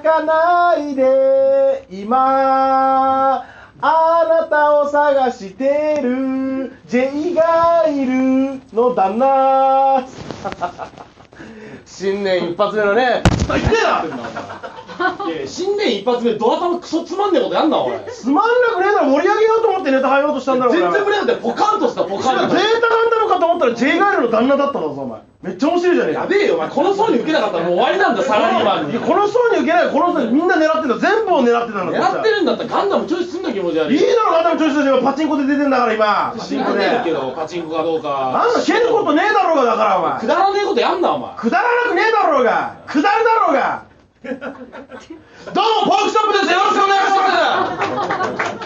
かないで今あなたを探してる J がいるのだな新年一発目のね言ってないや新年一発目ドア玉クソつまんねえことやんなおい。 つまんなくねえだろ、盛り上げようと思ってネタ入ろうとしたんだろ。 全然盛り上がってポカンとしたポカンと。 ゼータガンダムかと思ったら J ガエルの旦那だったんだぞお前。めっちゃ面白いじゃねえか。 やべえよお前、この層に受けなかったらもう終わりなんだサラリーマンに。 いやこの層に受けない、この層にみんな狙ってんだ、全部を狙ってたんだ。 狙ってるんだったらガンダムチョイスすんな気持ち悪い。 いいだろガンダムチョイスで今パチンコで出てんだから今。パチンコで。 けどパチンコかどうか。 なんだ蹴ることねえだろうがだからお前。 くだらねえことやんなお前。 くだらなくねえだろうが。くだるだろうが。どうもポークショップです。よろしくお願いします。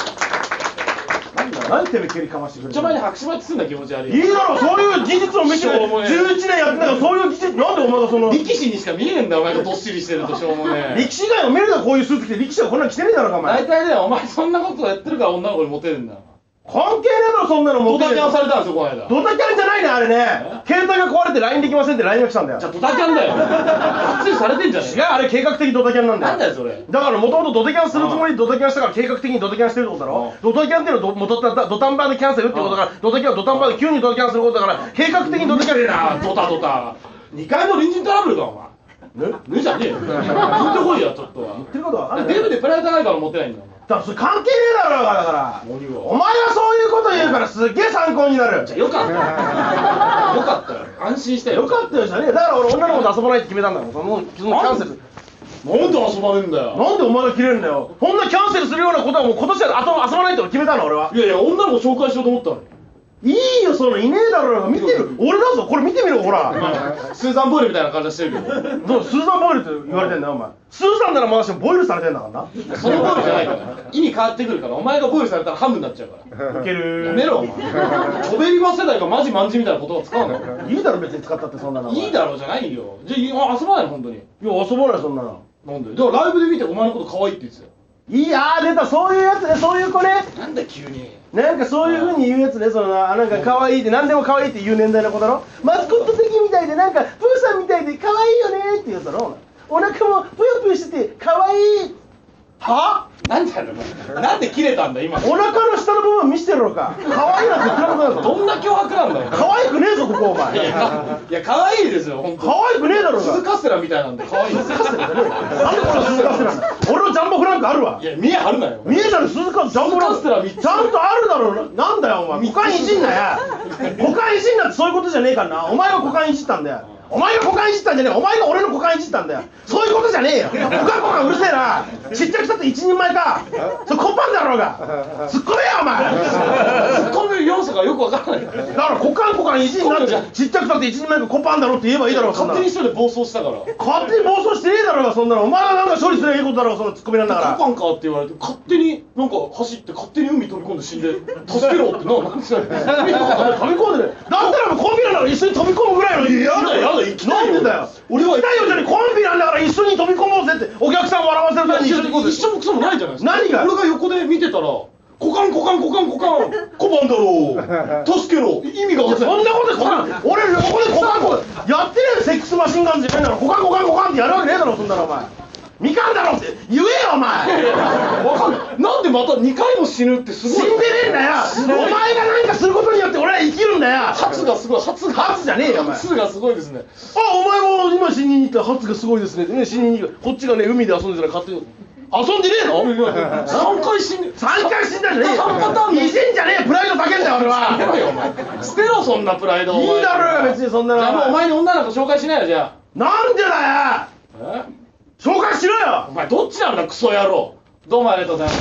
何てめえ蹴りかましてくれる。 一丁前に白紙待ちすんな気持ち悪い。 いいだろ、そういう技術を見せて11年やってたから、そういう技術なんでお前がその力士にしか見えねえんだお前がどっしりしてるとしょうもねえ。 力士以外の見るだろ、こういうスーツ着て力士はこんなの着てねえだろかお前。 大体ねお前そんなことやってるから女の子にモテるんだよ。 関係ねえだろそんなの。 ドタキャンされたんですよこの間。 ドタキャンじゃないねあれね。携帯が壊れて LINE できませんって LINE が来たんだよ。 じゃあドタキャンだよ。がっつりされてんじゃねえ違う、あれ計画的ドタキャンなんだよ。 なんだよそれ。 だからもともとドタキャンするつもりでドタキャンしたから計画的にドタキャンしてるってことだろ。ドタキャンっていうのは元だった土壇場でキャンセルってことだから、ドタキャンは土壇場で急にドタキャンすることだから計画的にドタキャンしてるな。 ドタドタ2回も隣人トラブルかお前。ねじゃねえよ。ピンとこいやちょっとは。 言ってることわかんない。 デブでプライドないからモテないんだよ。 だからそれ関係ねえだろうがだから。 何がお前がそういうこと言うからすっげえ参考になる。 じゃあよかったよかったよ安心したよ。 よかったよじゃねえ。だから俺女の子と遊ばないって決めたんだもん。そのキャンセル。 なんで遊ばねえんだよ。 なんでお前が切れるんだよ。こんなキャンセルするようなことはもう今年は遊ばないって決めたの俺は。 いやいや女の子紹介しようと思ったのに。 いいよそのいねえだろうが。見てる俺だぞこれ見てみろほら。 スーザン・ボイルみたいな感じはしてるけど。 どうスーザン・ボイルって言われてんだよお前。スーザンならまだしもボイルされてんだからな。 そのボイルじゃないから意味変わってくるから。お前がボイルされたらハムになっちゃうからウケる。 やめろお前。チョベリバ世代がマジマンジみたいな言葉使うの。 いいだろ別に使ったってそんなの。 いいだろうじゃないよ。じゃあ遊ばないの本当に。 いや遊ばないそんなの。 なんでだからライブで見てお前のこと可愛いって言ってたよ。 いや出たそういうやつね。そういう子ね。 なんだ急に。 なんかそういう風に言うやつね。そのなんか可愛いって何でも可愛いって言う年代の子だろ。マスコット的みたいでなんかプーさんみたいで可愛いよねって言うだろ。お腹もぷよぷよしてて可愛い。は？ なんだよお前。なんで切れたんだ今。 お腹の下の部分見せてるのか。可愛いなんて言ってなことないぞ。 どんな脅迫なんだよ。 可愛くねえぞここお前。 いや可愛いですよ本当。 可愛くねえだろうが。 鈴カステラみたいなんで可愛いです。 なんでこれ鈴カステラなんだ。俺のジャンボフランクあるわ。 いや見え張るなよ。 見えたら鈴カスジャンボフランク鈴カステラ3つちゃんとあるだろう。なんだよお前。股間いじんなや。股間いじんなってそういうことじゃねえからな。お前が股間いじったんだよ。お前が股間いじったんじゃねえ。お前が俺の股間いじったんだよ。そういうことじゃねえよ。股間うるせえな。ちっちゃくたって一人前か。それコンパンだろうが。突っ込めよお前。 突っ込む要素がよくわからない。 だから股間いじんなってちっちゃくたって一人前かコンパンだろって言えばいいだろう。 勝手に一人で暴走したから。 勝手に暴走してねえだろうがそんなの。お前がなんか処理すればいいことだろうそのツッコミなんだから。 コパンかって言われて勝手になんか走って勝手に海飛び込んで死んで助けろってなんですか。 飛び込んでる。だったらもうコンビなんだから一緒に飛び込むぐらいの。 やだやだ行きたいよ。 なんでだよ。俺は行きたいよじゃねえ。コンビなんだから一緒に飛び込もうぜってお客さん笑わせるために一緒に行こうぜ。 一緒もクソもないじゃないですか。 何が。 俺が横で見てたらコパンだろう助けろ意味が分かんない。 そんなことで俺横でコカンやってねえよ。セックスマシンガンズじゃないんだろ。コカンってやるわけねえだろそんなのお前。みかんだろって言えよお前。 わかんない。なんでまた2回も死ぬってすごい。 死んでねえんだよ。お前が何かすることによって俺は生きるんだよ。 発がすごい。発じゃねえよお前。 発がすごいですね。 あお前も今死にに行った発がすごいですね。死にに行く。こっちがね海で遊んでたら勝手に遊んでねえの ？3回死んで。 3回死んだじゃねえよ。 3パターンいじんじゃねえよ。プライド叫んだよ俺は。 やめろよお前。捨てろそんなプライド。 いいだろうが別にそんなの。 じゃあもうお前に女なんか紹介しないよじゃなんでだよ。 あ。 紹介しろよ。 お前どっちなんだクソ野郎。どうもありがとうございます。